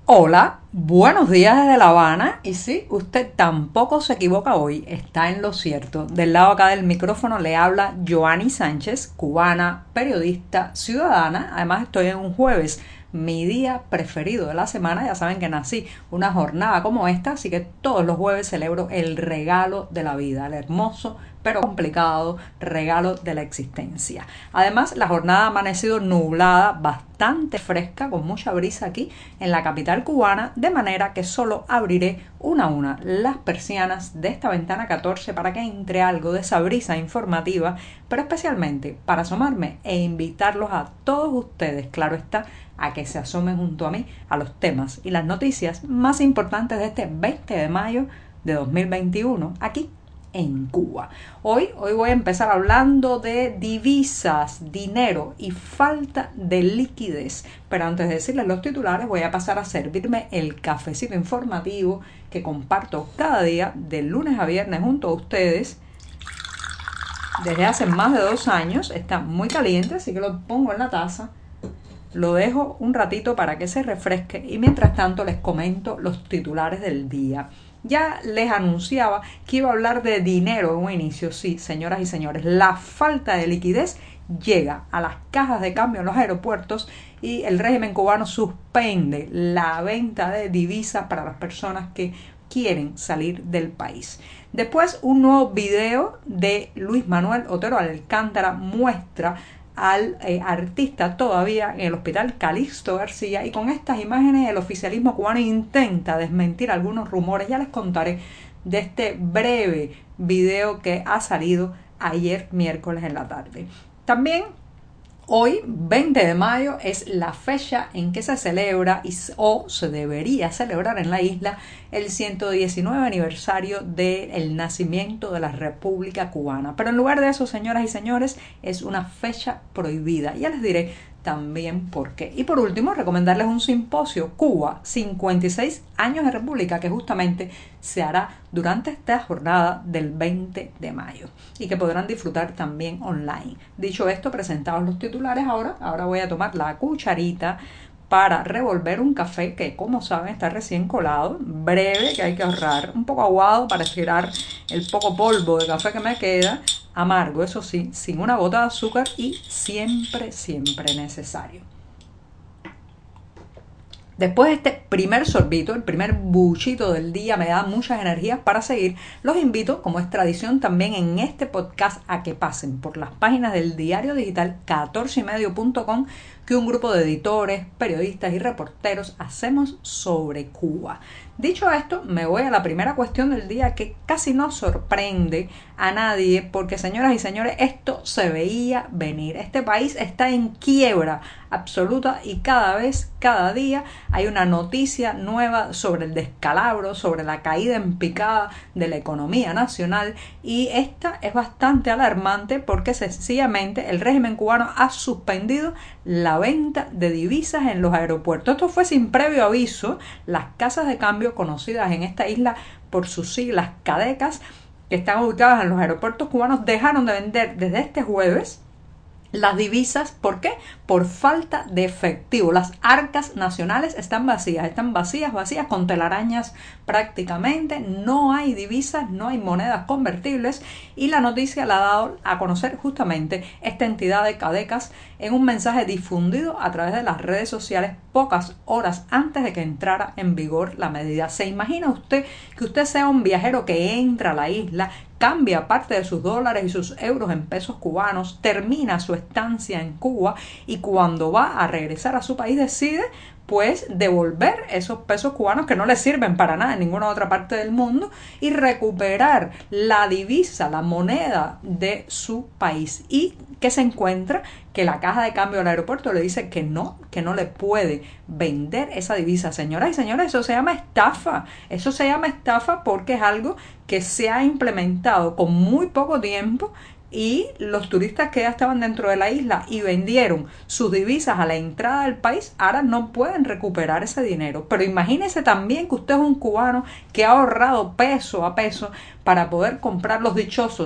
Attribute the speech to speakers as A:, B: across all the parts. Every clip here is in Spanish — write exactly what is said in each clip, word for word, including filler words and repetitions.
A: Hola, buenos días desde La Habana. Y sí, usted tampoco se equivoca hoy, está en lo cierto. Del lado acá del micrófono le habla Joanny Sánchez, cubana, periodista, ciudadana. Además estoy en un jueves, mi día preferido de la semana. Ya saben que nací una jornada como esta, así que todos los jueves celebro el regalo de la vida, el hermoso pero complicado regalo de la existencia. Además, la jornada ha amanecido nublada, bastante fresca, con mucha brisa aquí en la capital cubana, de manera que solo abriré una a una las persianas de esta ventana catorce para que entre algo de esa brisa informativa, pero especialmente para asomarme e invitarlos a todos ustedes, claro está, a que se asomen junto a mí a los temas y las noticias más importantes de este veinte de mayo de dos mil veintiuno, aquí en Cuba. Hoy, hoy voy a empezar hablando de divisas, dinero y falta de liquidez. Pero antes de decirles los titulares, voy a pasar a servirme el cafecito informativo que comparto cada día de lunes a viernes junto a ustedes. Desde hace más de dos años, está muy caliente, así que lo pongo en la taza. Lo dejo un ratito para que se refresque y mientras tanto les comento los titulares del día. Ya les anunciaba que iba a hablar de dinero en un inicio. Sí, señoras y señores, la falta de liquidez llega a las cajas de cambio en los aeropuertos y el régimen cubano suspende la venta de divisas para las personas que quieren salir del país. Después, un nuevo video de Luis Manuel Otero Alcántara muestra al eh, artista todavía en el hospital Calixto García, y con estas imágenes el oficialismo cubano intenta desmentir algunos rumores. Ya les contaré de este breve video que ha salido ayer miércoles en la tarde. También hoy, veinte de mayo, es la fecha en que se celebra y, o se debería celebrar en la isla el ciento diecinueve aniversario del nacimiento de la República Cubana. Pero en lugar de eso, señoras y señores, es una fecha prohibida. Ya les diré también por qué. Y por último, recomendarles un simposio, Cuba, cincuenta y seis años de República, que justamente se hará durante esta jornada del veinte de mayo y que podrán disfrutar también online. Dicho esto, presentados los titulares, ahora, ahora voy a tomar la cucharita para revolver un café que, como saben, está recién colado, breve, que hay que ahorrar, un poco aguado para estirar el poco polvo de café que me queda, amargo, eso sí, sin una gota de azúcar y siempre, siempre necesario. Después de este primer sorbito, el primer buchito del día me da muchas energías para seguir. Los invito, como es tradición también en este podcast, a que pasen por las páginas del diario digital catorce y medio punto com, que un grupo de editores, periodistas y reporteros hacemos sobre Cuba. Dicho esto, me voy a la primera cuestión del día, que casi no sorprende a nadie porque, señoras y señores, esto se veía venir. Este país está en quiebra absoluta y cada vez, cada día hay una noticia nueva sobre el descalabro, sobre la caída en picada de la economía nacional, y esta es bastante alarmante porque sencillamente el régimen cubano ha suspendido la venta de divisas en los aeropuertos. Esto fue sin previo aviso. Las casas de cambio conocidas en esta isla por sus siglas CADECAS, que están ubicadas en los aeropuertos cubanos, dejaron de vender desde este jueves las divisas. ¿Por qué? Por falta de efectivo. Las arcas nacionales están vacías, están vacías, vacías, con telarañas prácticamente. No hay divisas, no hay monedas convertibles, y la noticia la ha dado a conocer justamente esta entidad de CADECAS en un mensaje difundido a través de las redes sociales pocas horas antes de que entrara en vigor la medida. ¿Se imagina usted que usted sea un viajero que entra a la isla, cambia parte de sus dólares y sus euros en pesos cubanos, termina su estancia en Cuba y cuando va a regresar a su país decide pues devolver esos pesos cubanos que no le sirven para nada en ninguna otra parte del mundo y recuperar la divisa, la moneda de su país? Y que se encuentra que la caja de cambio del aeropuerto le dice que no, que no le puede vender esa divisa. Señoras y señores, eso se llama estafa. Eso se llama estafa porque es algo que se ha implementado con muy poco tiempo, y los turistas que ya estaban dentro de la isla y vendieron sus divisas a la entrada del país ahora no pueden recuperar ese dinero. Pero imagínese también que usted es un cubano que ha ahorrado peso a peso para poder comprar los dichosos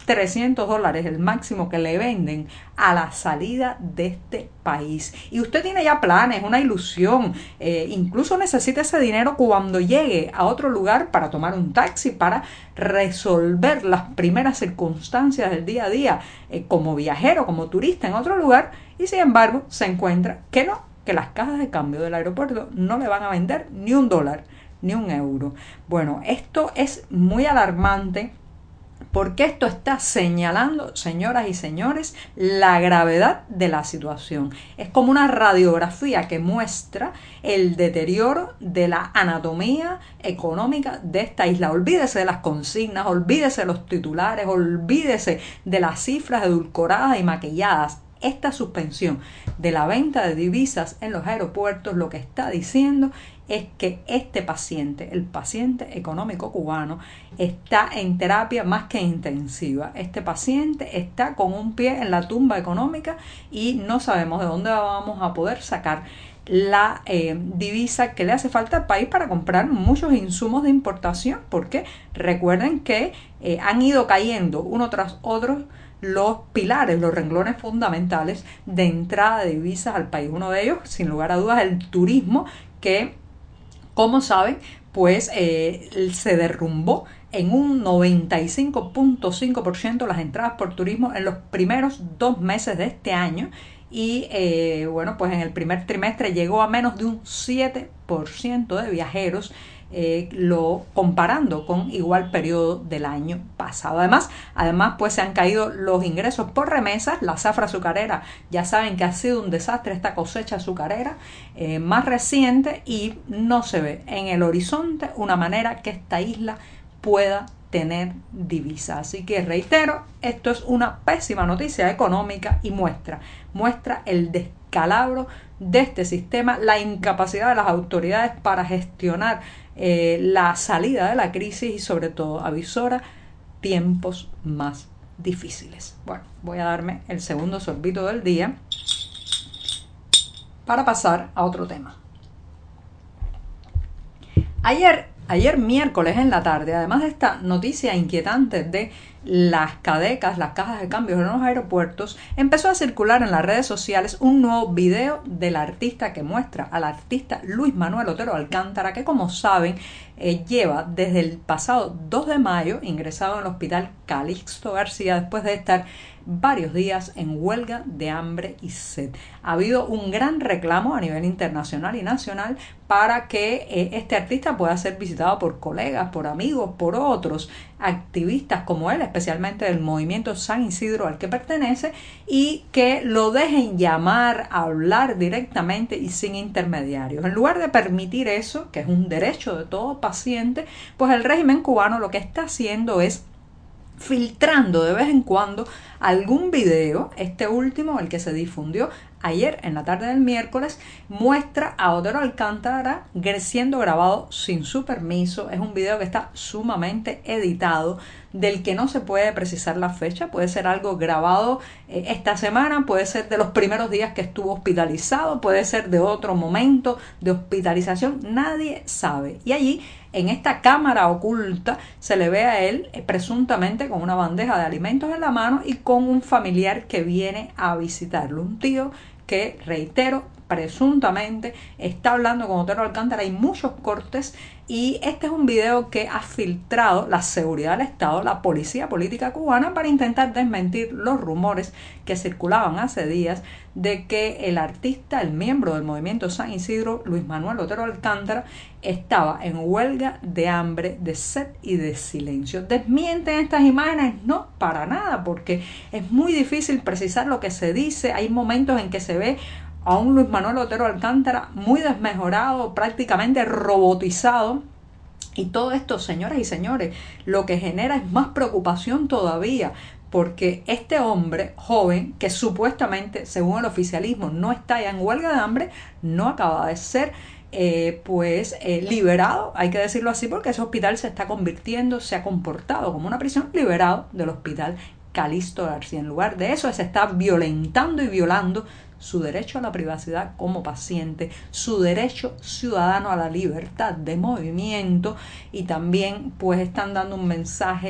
A: trescientos dólares, el máximo que le venden a la salida de este país. Y usted tiene ya planes, una ilusión, eh, incluso necesita ese dinero cuando llegue a otro lugar para tomar un taxi, para resolver las primeras circunstancias del día a día, eh, como viajero, como turista en otro lugar, y sin embargo se encuentra que no, que las cajas de cambio del aeropuerto no le van a vender ni un dólar, ni un euro. Bueno, esto es muy alarmante, porque esto está señalando, señoras y señores, la gravedad de la situación. Es como una radiografía que muestra el deterioro de la anatomía económica de esta isla. Olvídese de las consignas, olvídese de los titulares, olvídese de las cifras edulcoradas y maquilladas. Esta suspensión de la venta de divisas en los aeropuertos lo que está diciendo es que este paciente, el paciente económico cubano, está en terapia más que intensiva. Este paciente está con un pie en la tumba económica y no sabemos de dónde vamos a poder sacar la eh, divisa que le hace falta al país para comprar muchos insumos de importación, porque recuerden que eh, han ido cayendo uno tras otro los pilares, los renglones fundamentales de entrada de divisas al país. Uno de ellos, sin lugar a dudas, el turismo, que, como saben, pues eh, se derrumbó en un noventa y cinco punto cinco por ciento las entradas por turismo en los primeros dos meses de este año. Y eh, bueno, pues en el primer trimestre llegó a menos de un siete por ciento de viajeros, eh, lo comparando con igual periodo del año pasado. Además, además pues se han caído los ingresos por remesas. La zafra azucarera, ya saben que ha sido un desastre esta cosecha azucarera eh, más reciente, y no se ve en el horizonte una manera que esta isla pueda tener divisa. Así que reitero, esto es una pésima noticia económica y muestra, muestra el descalabro de este sistema, la incapacidad de las autoridades para gestionar eh, la salida de la crisis y sobre todo avisora tiempos más difíciles. Bueno, voy a darme el segundo sorbito del día para pasar a otro tema. Ayer Ayer miércoles en la tarde, además de esta noticia inquietante de las cadecas, las cajas de cambios en los aeropuertos, empezó a circular en las redes sociales un nuevo video del artista que muestra al artista Luis Manuel Otero Alcántara, que como saben eh, lleva desde el pasado dos de mayo ingresado en el hospital Calixto García después de estar varios días en huelga de hambre y sed. Ha habido un gran reclamo a nivel internacional y nacional para que eh, este artista pueda ser visitado por colegas, por amigos, por otros activistas como él, especialmente del movimiento San Isidro al que pertenece, y que lo dejen llamar, hablar directamente y sin intermediarios. En lugar de permitir eso, que es un derecho de todo paciente, pues el régimen cubano lo que está haciendo es filtrando de vez en cuando algún video. Este último, el que se difundió ayer en la tarde del miércoles, muestra a Otero Alcántara siendo grabado sin su permiso. Es un video que está sumamente editado, del que no se puede precisar la fecha. Puede ser algo grabado eh, esta semana, puede ser de los primeros días que estuvo hospitalizado, puede ser de otro momento de hospitalización, nadie sabe. Y allí, en esta cámara oculta, se le ve a él eh, presuntamente con una bandeja de alimentos en la mano y con un familiar que viene a visitarlo, un tío que, reitero, presuntamente está hablando con Otero Alcántara. Hay muchos cortes, y este es un video que ha filtrado la seguridad del Estado, la policía política cubana, para intentar desmentir los rumores que circulaban hace días de que el artista, el miembro del movimiento San Isidro, Luis Manuel Otero Alcántara, estaba en huelga de hambre, de sed y de silencio. ¿Desmienten estas imágenes? No, para nada, porque es muy difícil precisar lo que se dice. Hay momentos en que se ve a un Luis Manuel Otero Alcántara muy desmejorado, prácticamente robotizado. Y todo esto, señoras y señores, lo que genera es más preocupación todavía, porque este hombre joven, que supuestamente, según el oficialismo, no está ya en huelga de hambre, no acaba de ser eh, pues eh, liberado, hay que decirlo así, porque ese hospital se está convirtiendo, se ha comportado como una prisión, liberado del hospital Calixto García. En lugar de eso, se está violentando y violando su derecho a la privacidad como paciente, su derecho ciudadano a la libertad de movimiento, y también pues están dando un mensaje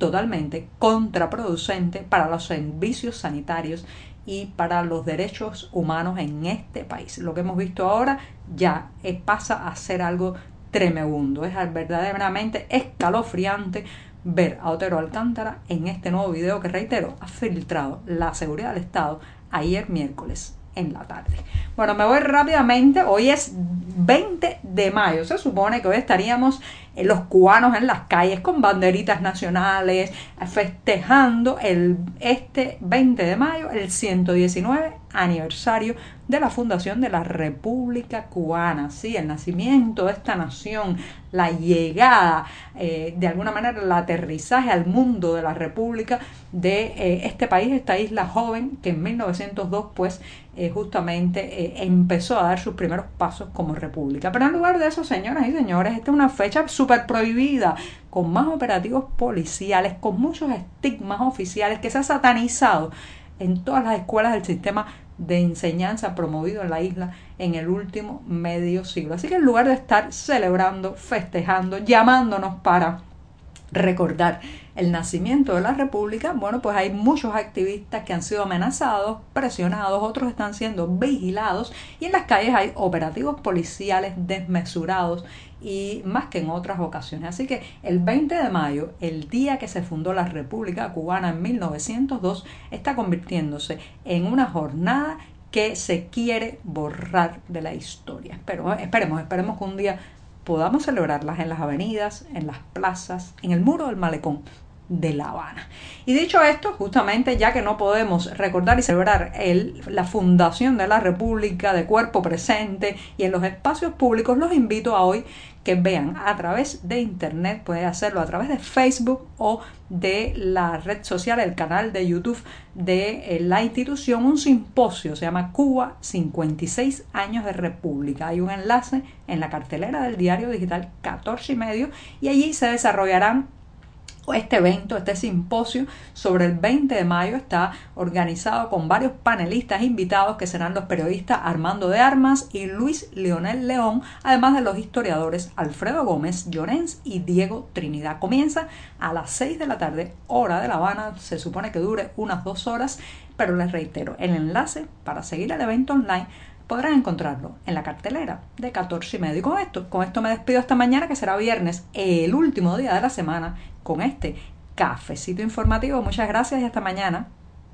A: totalmente contraproducente para los servicios sanitarios y para los derechos humanos en este país. Lo que hemos visto ahora ya eh, pasa a ser algo tremebundo. Es verdaderamente escalofriante ver a Otero Alcántara en este nuevo video que, reitero, ha filtrado la seguridad del Estado ayer miércoles en la tarde. Bueno, me voy rápidamente. Hoy es veinte de mayo. Se supone que hoy estaríamos eh, los cubanos en las calles con banderitas nacionales festejando el, este veinte de mayo, el ciento diecinueve aniversario de la fundación de la República Cubana. Sí, el nacimiento de esta nación, la llegada, eh, de alguna manera el aterrizaje al mundo de la República de eh, este país, esta isla joven que en mil novecientos dos pues eh, justamente eh, empezó a dar sus primeros pasos como república. Pero en lugar de eso, señoras y señores, esta es una fecha súper prohibida, con más operativos policiales, con muchos estigmas oficiales, que se ha satanizado en todas las escuelas del sistema de enseñanza promovido en la isla en el último medio siglo. Así que en lugar de estar celebrando, festejando, llamándonos para recordar el nacimiento de la República, bueno, pues hay muchos activistas que han sido amenazados, presionados, otros están siendo vigilados y en las calles hay operativos policiales desmesurados y más que en otras ocasiones. Así que el veinte de mayo, el día que se fundó la República Cubana en mil novecientos dos, está convirtiéndose en una jornada que se quiere borrar de la historia. Pero esperemos, esperemos que un día podamos celebrarlas en las avenidas, en las plazas, en el muro del malecón de La Habana. Y dicho esto, justamente ya que no podemos recordar y celebrar el, la fundación de la República de cuerpo presente y en los espacios públicos, los invito a hoy que vean a través de internet, pueden hacerlo a través de Facebook o de la red social, el canal de YouTube de eh, la institución, un simposio, se llama Cuba cincuenta y seis años de República. Hay un enlace en la cartelera del diario digital catorce y medio y allí se desarrollarán este evento, este simposio sobre el veinte de mayo. Está organizado con varios panelistas invitados que serán los periodistas Armando de Armas y Luis Leonel León, además de los historiadores Alfredo Gómez, Llorens y Diego Trinidad. Comienza a las seis de la tarde, hora de La Habana, se supone que dure unas dos horas, pero les reitero, el enlace para seguir el evento online podrán encontrarlo en la cartelera de catorce y medio. Y con esto, con esto me despido esta mañana, que será viernes, el último día de la semana, con este cafecito informativo. Muchas gracias y hasta mañana.